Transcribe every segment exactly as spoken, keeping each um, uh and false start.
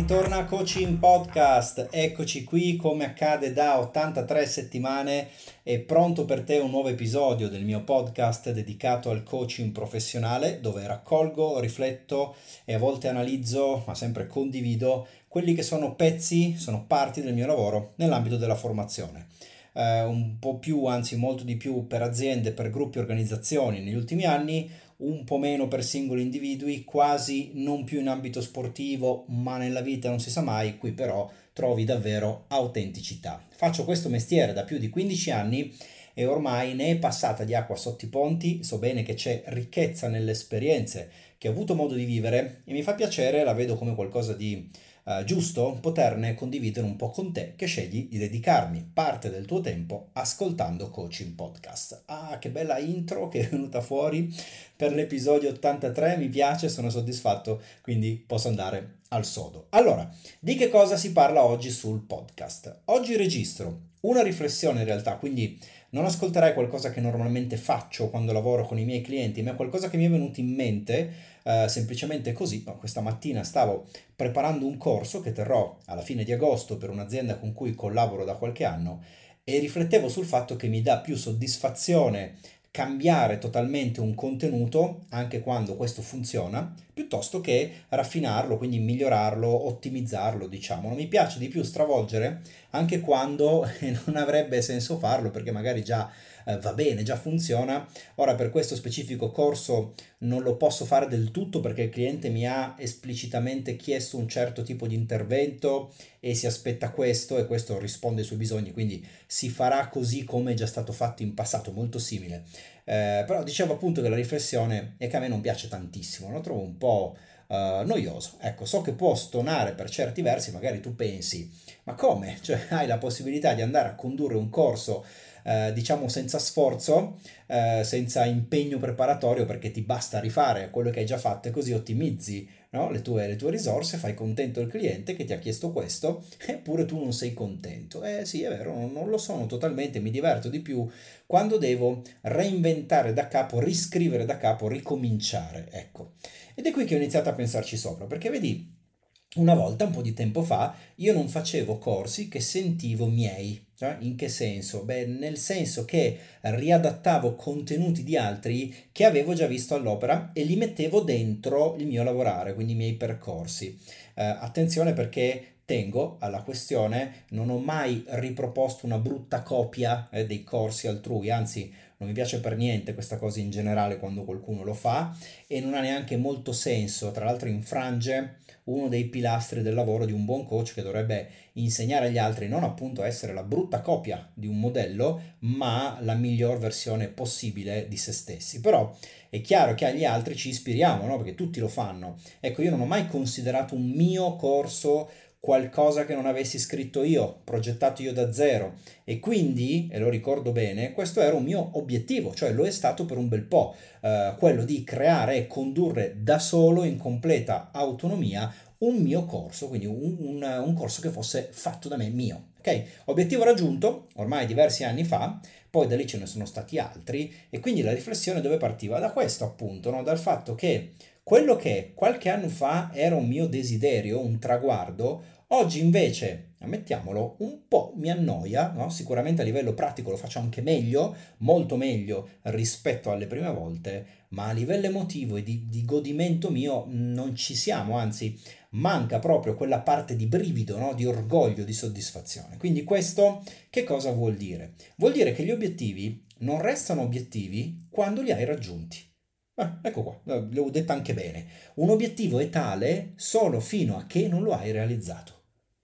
ritorna Coaching Podcast, eccoci qui come accade da ottantatré settimane, è pronto per te un nuovo episodio del mio podcast dedicato al coaching professionale dove raccolgo, rifletto e a volte analizzo, ma sempre condivido quelli che sono pezzi, sono parti del mio lavoro nell'ambito della formazione. Uh, un po' più, anzi molto di più per aziende, per gruppi, organizzazioni negli ultimi anni, un po' meno per singoli individui, quasi non più in ambito sportivo, ma nella vita non si sa mai, qui però trovi davvero autenticità. Faccio questo mestiere da più di quindici anni e ormai ne è passata di acqua sotto i ponti, so bene che c'è ricchezza nelle esperienze che ho avuto modo di vivere e mi fa piacere, la vedo come qualcosa di Uh, giusto poterne condividere un po' con te che scegli di dedicarmi parte del tuo tempo ascoltando Coaching Podcast. Ah, che bella intro che è venuta fuori per l'episodio ottantatré, mi piace, sono soddisfatto, quindi posso andare al sodo. Allora, di che cosa si parla oggi sul podcast? Oggi registro una riflessione in realtà, quindi non ascolterai qualcosa che normalmente faccio quando lavoro con i miei clienti, ma qualcosa che mi è venuto in mente Uh, semplicemente così. No, questa mattina stavo preparando un corso che terrò alla fine di agosto per un'azienda con cui collaboro da qualche anno e riflettevo sul fatto che mi dà più soddisfazione cambiare totalmente un contenuto anche quando questo funziona piuttosto che raffinarlo, quindi migliorarlo, ottimizzarlo, diciamo. Non mi piace di più stravolgere anche quando non avrebbe senso farlo perché magari già eh, va bene, già funziona. Ora per questo specifico corso non lo posso fare del tutto perché il cliente mi ha esplicitamente chiesto un certo tipo di intervento e si aspetta questo e questo risponde ai suoi bisogni, quindi si farà così come è già stato fatto in passato, molto simile. Eh, però dicevo appunto che la riflessione è che a me non piace tantissimo, lo trovo un po' uh, noioso. Ecco, so che può stonare per certi versi, magari tu pensi, ma come? Cioè hai la possibilità di andare a condurre un corso eh, diciamo senza sforzo, eh, senza impegno preparatorio perché ti basta rifare quello che hai già fatto e così ottimizzi, no? le, tue, le tue risorse, fai contento il cliente che ti ha chiesto questo eppure tu non sei contento. Eh sì, è vero, non, non lo sono totalmente, mi diverto di più quando devo reinventare da capo, riscrivere da capo, ricominciare, ecco. Ed è qui che ho iniziato a pensarci sopra, perché vedi, una volta, un po' di tempo fa, io non facevo corsi che sentivo miei. Cioè, in che senso? Beh, nel senso che riadattavo contenuti di altri che avevo già visto all'opera e li mettevo dentro il mio lavorare, quindi i miei percorsi. Eh, attenzione perché tengo alla questione, non ho mai riproposto una brutta copia eh, dei corsi altrui, anzi non mi piace per niente questa cosa in generale quando qualcuno lo fa e non ha neanche molto senso, tra l'altro infrange uno dei pilastri del lavoro di un buon coach che dovrebbe insegnare agli altri non appunto a essere la brutta copia di un modello, ma la miglior versione possibile di se stessi. Però è chiaro che agli altri ci ispiriamo, no? Perché tutti lo fanno. Ecco, io non ho mai considerato un mio corso qualcosa che non avessi scritto io, progettato io da zero e quindi, e lo ricordo bene, questo era un mio obiettivo, cioè lo è stato per un bel po', eh, quello di creare e condurre da solo in completa autonomia un mio corso, quindi un, un, un corso che fosse fatto da me, mio. Ok, obiettivo raggiunto ormai diversi anni fa, poi da lì ce ne sono stati altri e quindi la riflessione dove partiva? Da questo appunto, no? Dal fatto che quello che qualche anno fa era un mio desiderio, un traguardo, oggi invece, ammettiamolo, un po' mi annoia, no? Sicuramente a livello pratico lo faccio anche meglio, molto meglio rispetto alle prime volte, ma a livello emotivo e di, di godimento mio non ci siamo, anzi manca proprio quella parte di brivido, no? Di orgoglio, di soddisfazione. Quindi questo che cosa vuol dire? Vuol dire che gli obiettivi non restano obiettivi quando li hai raggiunti. Eh, ecco qua, l'avevo detta anche bene. Un obiettivo è tale solo fino a che non lo hai realizzato.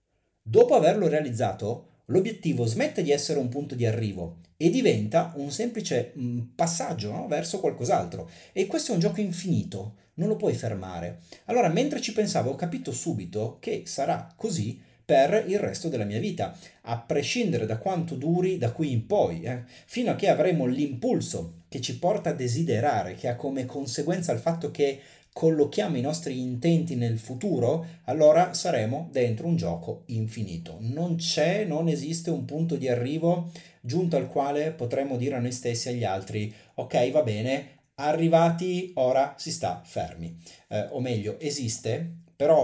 Dopo averlo realizzato, l'obiettivo smette di essere un punto di arrivo e diventa un semplice mh, passaggio, no? Verso qualcos'altro. E questo è un gioco infinito, non lo puoi fermare. Allora, mentre ci pensavo, ho capito subito che sarà così per il resto della mia vita, a prescindere da quanto duri da qui in poi, eh, fino a che avremo l'impulso che ci porta a desiderare, che ha come conseguenza il fatto che collochiamo i nostri intenti nel futuro, allora saremo dentro un gioco infinito. Non c'è, non esiste un punto di arrivo giunto al quale potremo dire a noi stessi e agli altri, ok, va bene, arrivati, ora si sta fermi. Eh, o meglio, esiste, però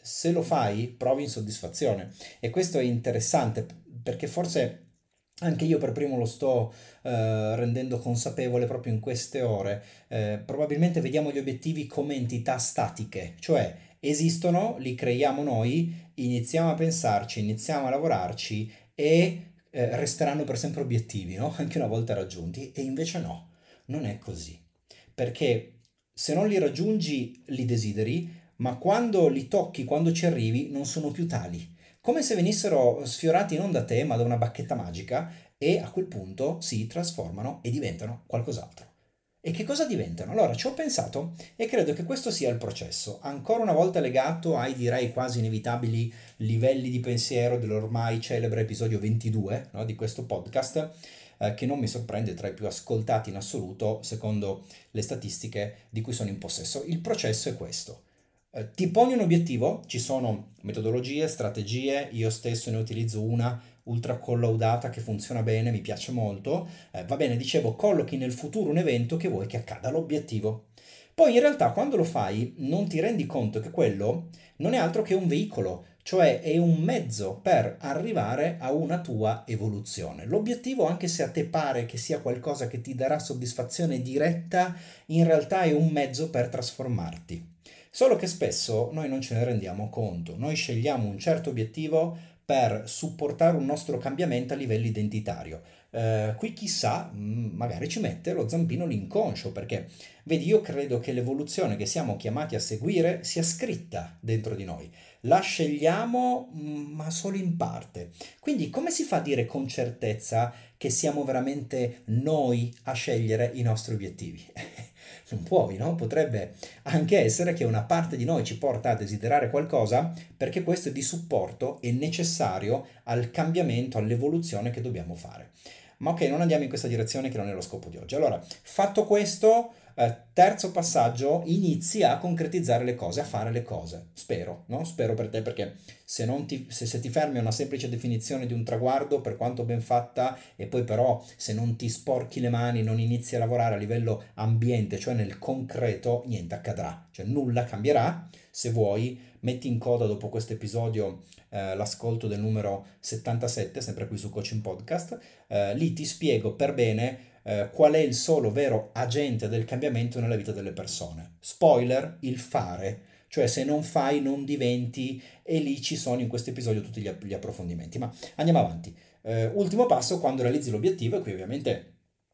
se lo fai provi insoddisfazione e questo è interessante perché forse anche io per primo lo sto eh, rendendo consapevole proprio in queste ore. Eh, probabilmente vediamo gli obiettivi come entità statiche, cioè esistono, li creiamo noi, iniziamo a pensarci, iniziamo a lavorarci e eh, resteranno per sempre obiettivi, no? Anche una volta raggiunti. E invece no, non è così. Perché se non li raggiungi, li desideri, ma quando li tocchi, quando ci arrivi, non sono più tali. Come se venissero sfiorati non da te, ma da una bacchetta magica e a quel punto si trasformano e diventano qualcos'altro. E che cosa diventano? Allora, ci ho pensato e credo che questo sia il processo, ancora una volta legato ai direi quasi inevitabili livelli di pensiero dell'ormai celebre episodio ventidue, no, di questo podcast, eh, che non mi sorprende tra i più ascoltati in assoluto secondo le statistiche di cui sono in possesso. Il processo è questo. Eh, ti poni un obiettivo, ci sono metodologie, strategie, io stesso ne utilizzo una ultra collaudata che funziona bene, mi piace molto. Eh, va bene, dicevo, collochi nel futuro un evento che vuoi che accada, l'obiettivo. Poi in realtà quando lo fai non ti rendi conto che quello non è altro che un veicolo, cioè è un mezzo per arrivare a una tua evoluzione. L'obiettivo, anche se a te pare che sia qualcosa che ti darà soddisfazione diretta, in realtà è un mezzo per trasformarti. Solo che spesso noi non ce ne rendiamo conto, noi scegliamo un certo obiettivo per supportare un nostro cambiamento a livello identitario. Eh, qui chissà, mh, magari ci mette lo zampino l'inconscio, perché vedi, io credo che l'evoluzione che siamo chiamati a seguire sia scritta dentro di noi. La scegliamo, mh, ma solo in parte. Quindi come si fa a dire con certezza che siamo veramente noi a scegliere i nostri obiettivi? Non puoi, no? Potrebbe anche essere che una parte di noi ci porta a desiderare qualcosa perché questo è di supporto e necessario al cambiamento, all'evoluzione che dobbiamo fare. Ma ok, non andiamo in questa direzione che non è lo scopo di oggi. Allora, fatto questo, eh, terzo passaggio, inizi a concretizzare le cose, a fare le cose. Spero, no? Spero per te perché se, non ti, se, se ti fermi a una semplice definizione di un traguardo, per quanto ben fatta, e poi però se non ti sporchi le mani, non inizi a lavorare a livello ambiente, cioè nel concreto, niente accadrà, cioè nulla cambierà. Se vuoi, metti in coda dopo questo episodio eh, l'ascolto del numero settantasette, sempre qui su Coaching Podcast, eh, lì ti spiego per bene eh, qual è il solo vero agente del cambiamento nella vita delle persone. Spoiler, il fare. Cioè se non fai non diventi e lì ci sono in questo episodio tutti gli, app- gli approfondimenti. Ma andiamo avanti. Eh, ultimo passo, quando realizzi l'obiettivo, e qui ovviamente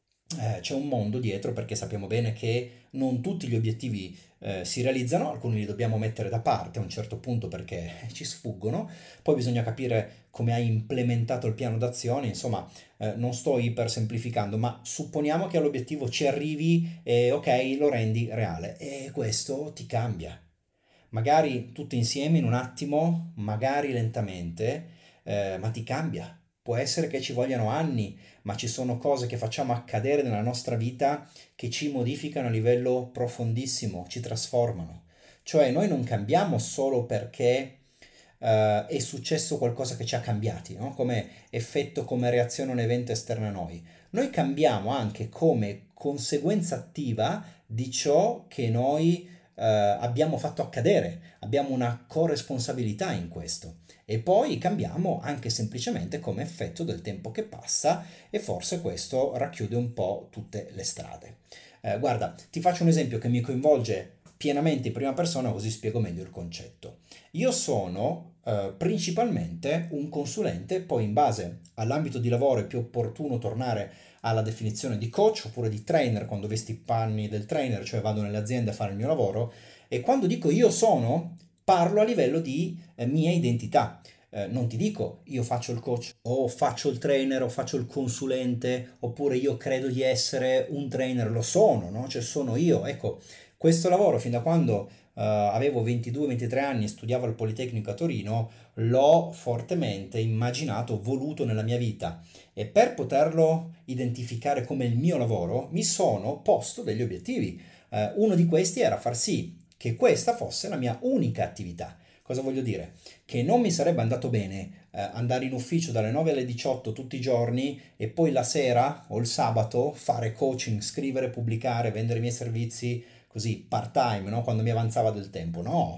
eh, c'è un mondo dietro perché sappiamo bene che non tutti gli obiettivi eh, si realizzano, alcuni li dobbiamo mettere da parte a un certo punto perché ci sfuggono, poi bisogna capire come hai implementato il piano d'azione, insomma eh, non sto iper semplificando, ma supponiamo che all'obiettivo ci arrivi e ok, lo rendi reale e questo ti cambia. Magari tutto insieme in un attimo, magari lentamente, eh, ma ti cambia. Può essere che ci vogliano anni, ma ci sono cose che facciamo accadere nella nostra vita che ci modificano a livello profondissimo, ci trasformano. Cioè noi non cambiamo solo perché eh, è successo qualcosa che ci ha cambiati, no? Come effetto, come reazione a un evento esterno a noi. Noi cambiamo anche come conseguenza attiva di ciò che noi eh, abbiamo fatto accadere, abbiamo una corresponsabilità in questo e poi cambiamo anche semplicemente come effetto del tempo che passa e forse questo racchiude un po' tutte le strade. Eh, guarda, ti faccio un esempio che mi coinvolge pienamente in prima persona così spiego meglio il concetto. Io sono eh, principalmente un consulente, poi in base all'ambito di lavoro è più opportuno tornare alla definizione di coach oppure di trainer quando vesti i panni del trainer, cioè vado nelle aziende a fare il mio lavoro e quando dico io sono, parlo a livello di eh, mia identità. Eh, non ti dico io faccio il coach o faccio il trainer o faccio il consulente oppure io credo di essere un trainer, lo sono, no? Cioè sono io. Ecco, questo lavoro fin da quando eh, avevo ventidue ventitré anni e studiavo al Politecnico a Torino, l'ho fortemente immaginato, voluto nella mia vita e per poterlo identificare come il mio lavoro mi sono posto degli obiettivi. Eh, uno di questi era far sì che questa fosse la mia unica attività. Cosa voglio dire? Che non mi sarebbe andato bene eh, andare in ufficio dalle nove alle diciotto tutti i giorni e poi la sera o il sabato fare coaching, scrivere, pubblicare, vendere i miei servizi così part time, no? Quando mi avanzava del tempo. No,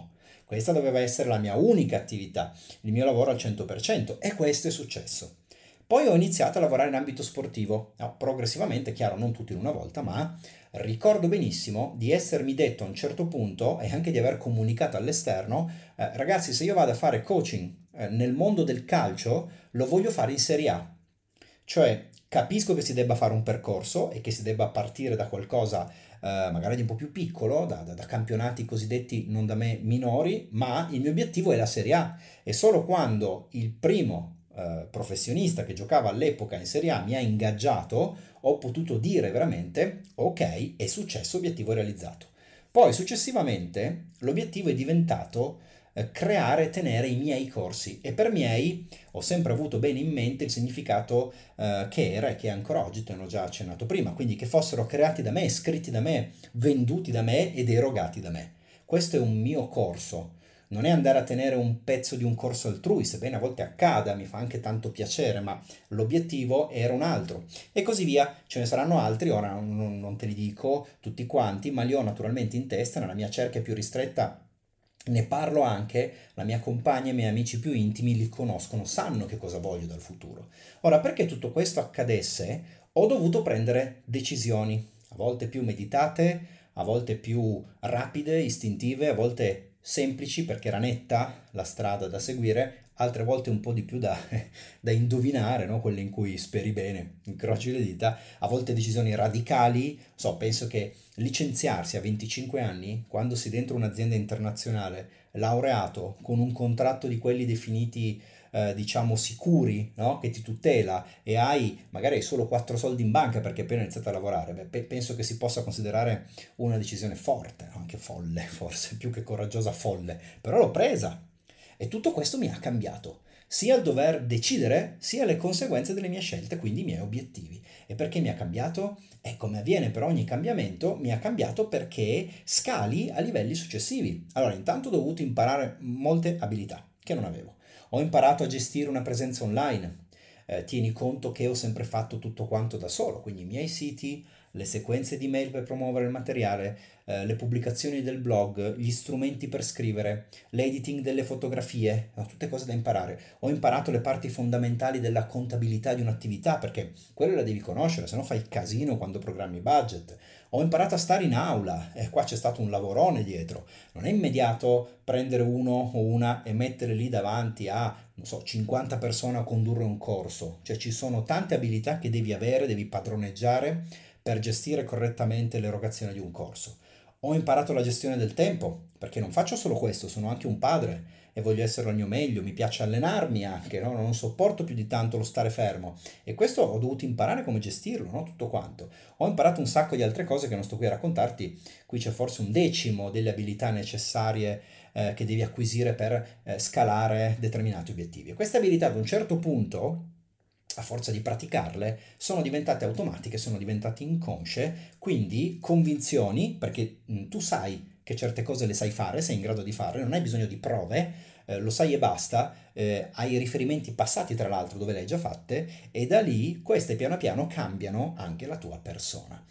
Questa doveva essere la mia unica attività, il mio lavoro al cento per cento e questo è successo. Poi ho iniziato a lavorare in ambito sportivo, no, progressivamente, chiaro, non tutto in una volta, ma ricordo benissimo di essermi detto a un certo punto e anche di aver comunicato all'esterno, eh, ragazzi, se io vado a fare coaching eh, nel mondo del calcio, lo voglio fare in Serie A. Cioè, capisco che si debba fare un percorso e che si debba partire da qualcosa eh, magari di un po' più piccolo, da, da- da campionati cosiddetti non da me minori, ma il mio obiettivo è la Serie A. E solo quando il primo eh, professionista che giocava all'epoca in Serie A mi ha ingaggiato, ho potuto dire veramente, ok, è successo, obiettivo realizzato. Poi successivamente l'obiettivo è diventato eh, creare e tenere i miei corsi e per miei ho sempre avuto bene in mente il significato eh, che era e che è ancora oggi, te ne ho già accennato prima, quindi che fossero creati da me, scritti da me, venduti da me ed erogati da me. Questo è un mio corso, non è andare a tenere un pezzo di un corso altrui, sebbene a volte accada, mi fa anche tanto piacere, ma l'obiettivo era un altro. E così via, ce ne saranno altri, ora non, non te li dico tutti quanti, ma li ho naturalmente in testa, nella mia cerchia più ristretta ne parlo anche, la mia compagna e i miei amici più intimi li conoscono, sanno che cosa voglio dal futuro. Ora, perché tutto questo accadesse, ho dovuto prendere decisioni, a volte più meditate, a volte più rapide, istintive, a volte semplici perché era netta la strada da seguire, altre volte un po' di più da, da indovinare, no? Quelle in cui speri bene, incroci le dita, a volte decisioni radicali, so, penso che licenziarsi a venticinque anni, quando sei dentro un'azienda internazionale, laureato, con un contratto di quelli definiti, eh, diciamo, sicuri, no? Che ti tutela e hai magari solo quattro soldi in banca perché hai appena iniziato a lavorare, beh, pe- penso che si possa considerare una decisione forte, no? Anche folle, forse più che coraggiosa, folle, però l'ho presa e tutto questo mi ha cambiato. Sia il dover decidere, sia le conseguenze delle mie scelte, quindi i miei obiettivi. E perché mi ha cambiato? E come avviene per ogni cambiamento, mi ha cambiato perché scali a livelli successivi. Allora, intanto ho dovuto imparare molte abilità che non avevo. Ho imparato a gestire una presenza online. Eh, tieni conto che ho sempre fatto tutto quanto da solo, quindi i miei siti, le sequenze di mail per promuovere il materiale, eh, le pubblicazioni del blog, gli strumenti per scrivere, l'editing delle fotografie, no, tutte cose da imparare. Ho imparato le parti fondamentali della contabilità di un'attività perché quello la devi conoscere, se no fai casino quando programmi budget. Ho imparato a stare in aula e qua c'è stato un lavorone dietro. Non è immediato prendere uno o una e mettere lì davanti a, non so, cinquanta persone a condurre un corso. Cioè ci sono tante abilità che devi avere, devi padroneggiare per gestire correttamente l'erogazione di un corso. Ho imparato la gestione del tempo, perché non faccio solo questo, sono anche un padre e voglio essere al mio meglio, mi piace allenarmi anche, no? Non sopporto più di tanto lo stare fermo e questo ho dovuto imparare come gestirlo, no? Tutto quanto. Ho imparato un sacco di altre cose che non sto qui a raccontarti, qui c'è forse un decimo delle abilità necessarie eh, che devi acquisire per eh, scalare determinati obiettivi. E queste abilità ad un certo punto, a forza di praticarle, sono diventate automatiche, sono diventate inconsce, quindi convinzioni, perché mh, tu sai che certe cose le sai fare, sei in grado di farle, non hai bisogno di prove, eh, lo sai e basta, eh, hai riferimenti passati tra l'altro dove le hai già fatte e da lì queste piano piano cambiano anche la tua persona.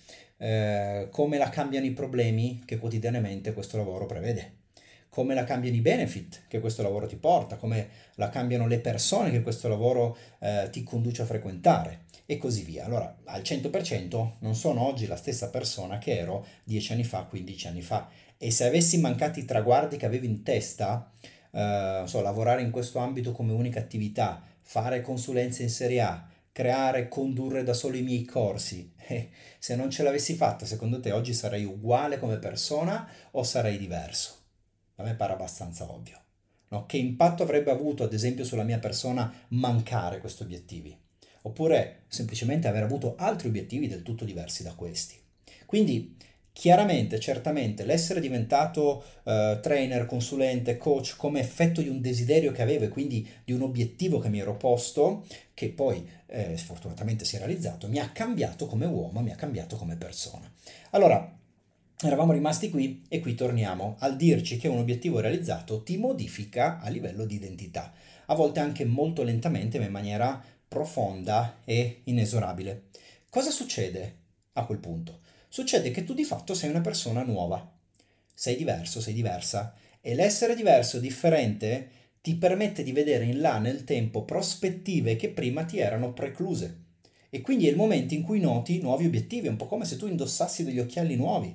Eh, come la cambiano i problemi che quotidianamente questo lavoro prevede? Come la cambiano i benefit che questo lavoro ti porta, come la cambiano le persone che questo lavoro eh, ti conduce a frequentare e così via. Allora, al cento per cento non sono oggi la stessa persona che ero dieci anni fa, quindici anni fa e se avessi mancati i traguardi che avevo in testa, eh, non so, lavorare in questo ambito come unica attività, fare consulenze in Serie A, creare e condurre da solo i miei corsi, eh, se non ce l'avessi fatta, secondo te oggi sarei uguale come persona o sarei diverso? A me pare abbastanza ovvio. No? Che impatto avrebbe avuto, ad esempio, sulla mia persona mancare questi obiettivi? Oppure semplicemente aver avuto altri obiettivi del tutto diversi da questi. Quindi, chiaramente, certamente, l'essere diventato eh, trainer, consulente, coach come effetto di un desiderio che avevo e quindi di un obiettivo che mi ero posto, che poi eh, sfortunatamente si è realizzato, mi ha cambiato come uomo, mi ha cambiato come persona. Allora, eravamo rimasti qui e qui torniamo al dirci che un obiettivo realizzato ti modifica a livello di identità, a volte anche molto lentamente ma in maniera profonda e inesorabile. Cosa succede a quel punto? Succede che tu di fatto sei una persona nuova, sei diverso, sei diversa E l'essere diverso, differente, ti permette di vedere in là nel tempo prospettive che prima ti erano precluse. E quindi è il momento in cui noti nuovi obiettivi, è un po' come se tu indossassi degli occhiali nuovi.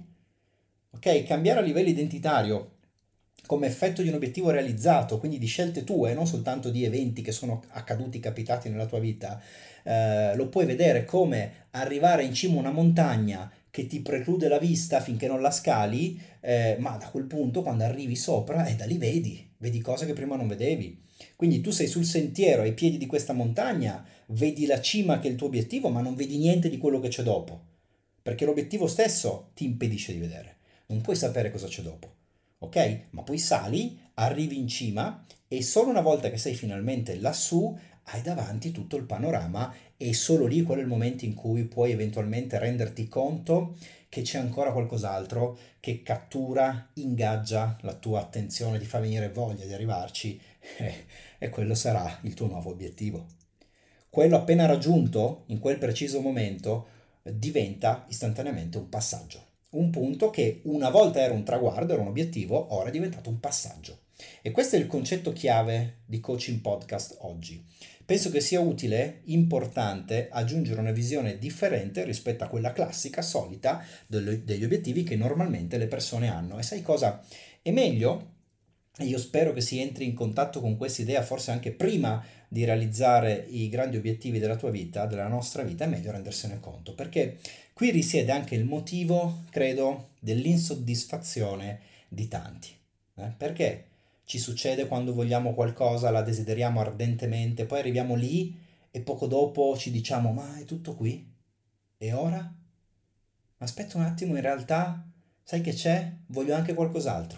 Ok? Cambiare a livello identitario come effetto di un obiettivo realizzato, quindi di scelte tue, non soltanto di eventi che sono accaduti, capitati nella tua vita, eh, lo puoi vedere come arrivare in cima a una montagna che ti preclude la vista finché non la scali, eh, ma da quel punto quando arrivi sopra, e da lì vedi, vedi cose che prima non vedevi. Quindi tu sei sul sentiero ai piedi di questa montagna, vedi la cima che è il tuo obiettivo, ma non vedi niente di quello che c'è dopo, perché l'obiettivo stesso ti impedisce di vedere. Non puoi sapere cosa c'è dopo, ok? Ma poi sali, arrivi in cima e solo una volta che sei finalmente lassù hai davanti tutto il panorama e solo lì quello è il momento in cui puoi eventualmente renderti conto che c'è ancora qualcos'altro che cattura, ingaggia la tua attenzione, ti fa venire voglia di arrivarci e, e quello sarà il tuo nuovo obiettivo. Quello appena raggiunto, in quel preciso momento, eh, diventa istantaneamente un passaggio. Un punto che una volta era un traguardo, era un obiettivo, ora è diventato un passaggio. E questo è il concetto chiave di Coaching Podcast oggi. Penso che sia utile, importante, aggiungere una visione differente rispetto a quella classica, solita, degli obiettivi che normalmente le persone hanno. E sai cosa? È meglio, e io spero che si entri in contatto con questa idea forse anche prima di realizzare i grandi obiettivi della tua vita, della nostra vita, è meglio rendersene conto, perché qui risiede anche il motivo, credo, dell'insoddisfazione di tanti. Eh? Perché ci succede quando vogliamo qualcosa, la desideriamo ardentemente, poi arriviamo lì e poco dopo ci diciamo: ma è tutto qui? E ora? Aspetta un attimo, in realtà, sai che c'è? Voglio anche qualcos'altro.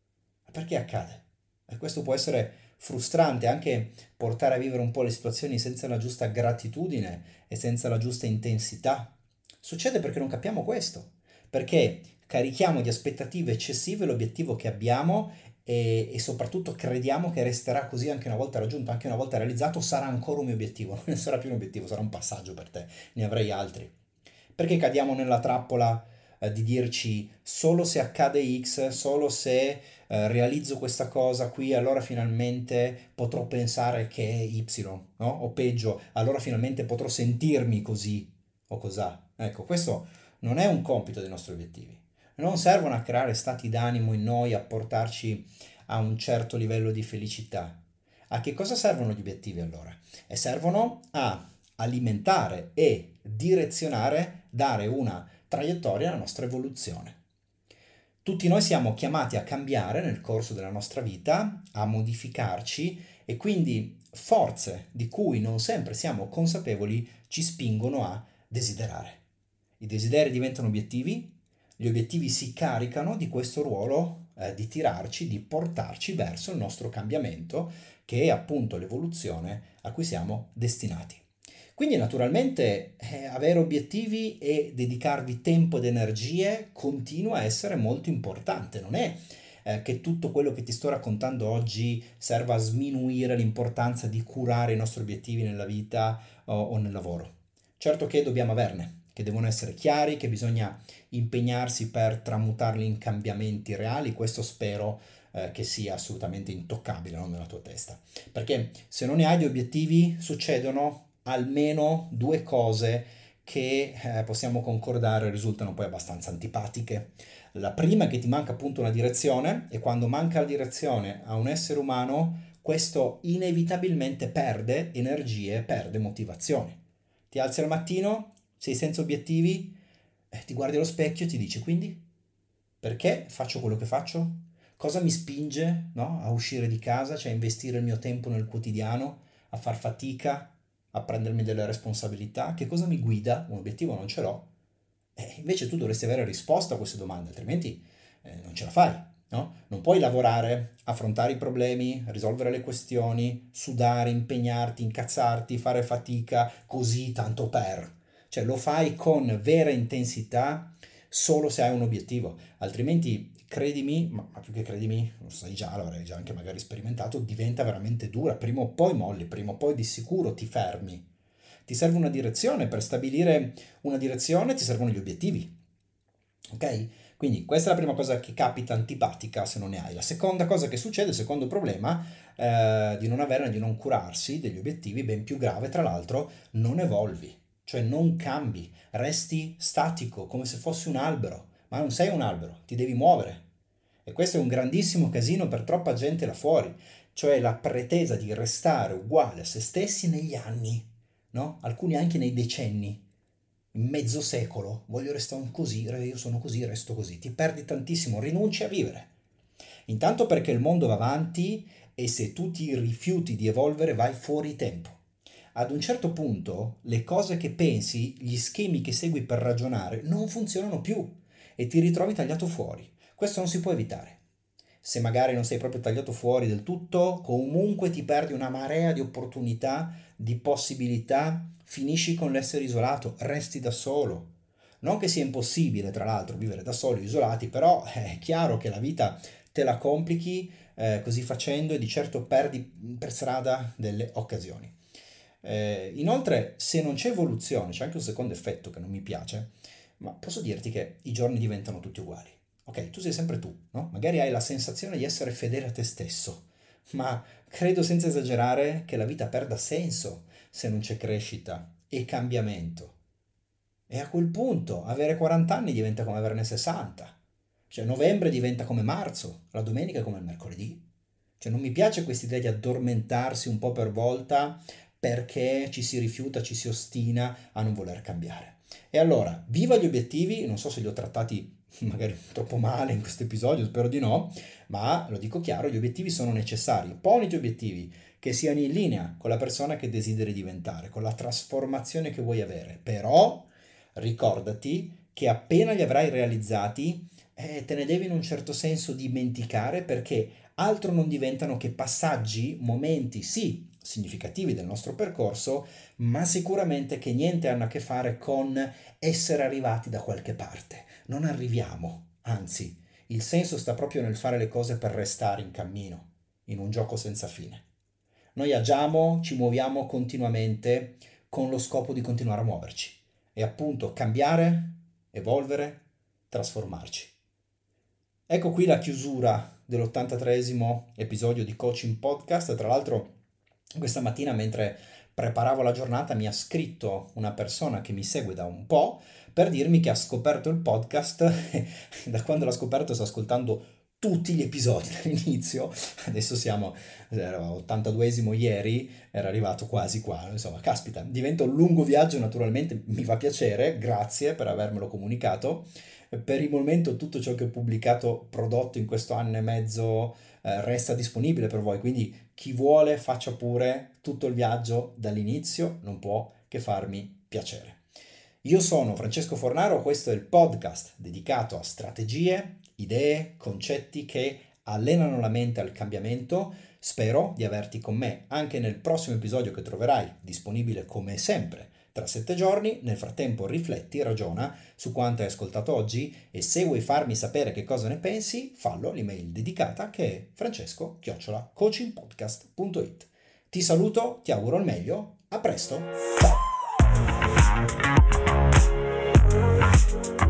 Ma perché accade? E questo può essere frustrante, anche portare a vivere un po' le situazioni senza la giusta gratitudine e senza la giusta intensità. Succede perché non capiamo questo, perché carichiamo di aspettative eccessive l'obiettivo che abbiamo e, e soprattutto crediamo che resterà così anche una volta raggiunto, anche una volta realizzato, sarà ancora un mio obiettivo, non sarà più un obiettivo, sarà un passaggio per te, ne avrai altri. Perché cadiamo nella trappola eh, di dirci solo se accade X, solo se eh, realizzo questa cosa qui, allora finalmente potrò pensare che è Y, no? O peggio, allora finalmente potrò sentirmi così o cos'ha. Ecco, questo non è un compito dei nostri obiettivi. Non servono a creare stati d'animo in noi, a portarci a un certo livello di felicità. A che cosa servono gli obiettivi allora? E servono a alimentare e direzionare, dare una traiettoria alla nostra evoluzione. Tutti noi siamo chiamati a cambiare nel corso della nostra vita, a modificarci e quindi forze di cui non sempre siamo consapevoli ci spingono a desiderare. I desideri diventano obiettivi, gli obiettivi si caricano di questo ruolo eh, di tirarci, di portarci verso il nostro cambiamento, che è appunto l'evoluzione a cui siamo destinati. Quindi naturalmente eh, avere obiettivi e dedicarvi tempo ed energie continua a essere molto importante. Non è eh, che tutto quello che ti sto raccontando oggi serva a sminuire l'importanza di curare i nostri obiettivi nella vita o, o nel lavoro. Certo che dobbiamo averne, che devono essere chiari, che bisogna impegnarsi per tramutarli in cambiamenti reali, questo spero eh, che sia assolutamente intoccabile, no, nella tua testa. Perché se non ne hai di obiettivi succedono almeno due cose che eh, possiamo concordare risultano poi abbastanza antipatiche. La prima è che ti manca appunto una direzione e quando manca la direzione a un essere umano, questo inevitabilmente perde energie, perde motivazione. Ti alzi al mattino, sei senza obiettivi, eh, ti guardi allo specchio e ti dici: quindi perché faccio quello che faccio? Cosa mi spinge, no, a uscire di casa, cioè a investire il mio tempo nel quotidiano, a far fatica, a prendermi delle responsabilità? Che cosa mi guida? Un obiettivo non ce l'ho. E invece tu dovresti avere risposta a queste domande, altrimenti eh, non ce la fai, no? Non puoi lavorare, affrontare i problemi, risolvere le questioni, sudare, impegnarti, incazzarti, fare fatica così tanto per. Cioè lo fai con vera intensità solo se hai un obiettivo, altrimenti credimi, ma, ma più che credimi, lo sai già, l'avrai già anche magari sperimentato, diventa veramente dura, prima o poi molli, prima o poi di sicuro ti fermi. Ti serve una direzione, per stabilire una direzione ti servono gli obiettivi, ok? Quindi questa è la prima cosa che capita antipatica se non ne hai. La seconda cosa che succede, il secondo problema eh, di non averne, di non curarsi degli obiettivi, ben più grave tra l'altro, non evolvi, cioè non cambi, resti statico come se fossi un albero, ma non sei un albero, ti devi muovere. E questo è un grandissimo casino per troppa gente là fuori, cioè la pretesa di restare uguale a se stessi negli anni, no? Alcuni anche nei decenni, in mezzo secolo, voglio restare così, io sono così, resto così, ti perdi tantissimo, rinunci a vivere. Intanto perché il mondo va avanti e se tu ti rifiuti di evolvere vai fuori tempo. Ad un certo punto le cose che pensi, gli schemi che segui per ragionare non funzionano più e ti ritrovi tagliato fuori. Questo non si può evitare. Se magari non sei proprio tagliato fuori del tutto, comunque ti perdi una marea di opportunità, di possibilità, finisci con l'essere isolato, resti da solo. Non che sia impossibile, tra l'altro, vivere da soli, isolati, però è chiaro che la vita te la complichi eh, così facendo e di certo perdi per strada delle occasioni. Eh, inoltre, se non c'è evoluzione, c'è anche un secondo effetto che non mi piace, ma posso dirti che i giorni diventano tutti uguali. Ok, tu sei sempre tu, no? Magari hai la sensazione di essere fedele a te stesso, ma credo senza esagerare che la vita perda senso se non c'è crescita e cambiamento. E a quel punto avere quaranta anni diventa come averne sessanta. Cioè novembre diventa come marzo, la domenica è come il mercoledì. Cioè non mi piace questa idea di addormentarsi un po' per volta perché ci si rifiuta, ci si ostina a non voler cambiare. E allora, viva gli obiettivi, non so se li ho trattati magari troppo male in questo episodio, spero di no, ma lo dico chiaro, gli obiettivi sono necessari. Poniti obiettivi che siano in linea con la persona che desideri diventare, con la trasformazione che vuoi avere. Però ricordati che appena li avrai realizzati, eh, te ne devi in un certo senso dimenticare perché altro non diventano che passaggi, momenti, sì, significativi del nostro percorso, ma sicuramente che niente hanno a che fare con essere arrivati da qualche parte. Non arriviamo, anzi, il senso sta proprio nel fare le cose per restare in cammino, in un gioco senza fine. Noi agiamo, ci muoviamo continuamente con lo scopo di continuare a muoverci e appunto cambiare, evolvere, trasformarci. Ecco qui la chiusura dell'ottantatreesimo episodio di Coaching Podcast. Tra l'altro questa mattina mentre preparavo la giornata mi ha scritto una persona che mi segue da un po' per dirmi che ha scoperto il podcast e da quando l'ha scoperto sta ascoltando tutti gli episodi dall'inizio. Adesso siamo ottantaduesimo ieri, era arrivato quasi qua, insomma, caspita, diventa un lungo viaggio, naturalmente mi fa piacere, grazie per avermelo comunicato. Per il momento tutto ciò che ho pubblicato, prodotto in questo anno e mezzo, eh, resta disponibile per voi, quindi chi vuole faccia pure tutto il viaggio dall'inizio, non può che farmi piacere. Io sono Francesco Fornaro, questo è il podcast dedicato a strategie, idee, concetti che allenano la mente al cambiamento. Spero di averti con me anche nel prossimo episodio che troverai disponibile come sempre tra sette giorni. Nel frattempo rifletti, ragiona su quanto hai ascoltato oggi e se vuoi farmi sapere che cosa ne pensi, fallo all'email dedicata che è francesco chiocciola coachingpodcast punto it. Ti saluto, ti auguro il meglio, a presto, ciao!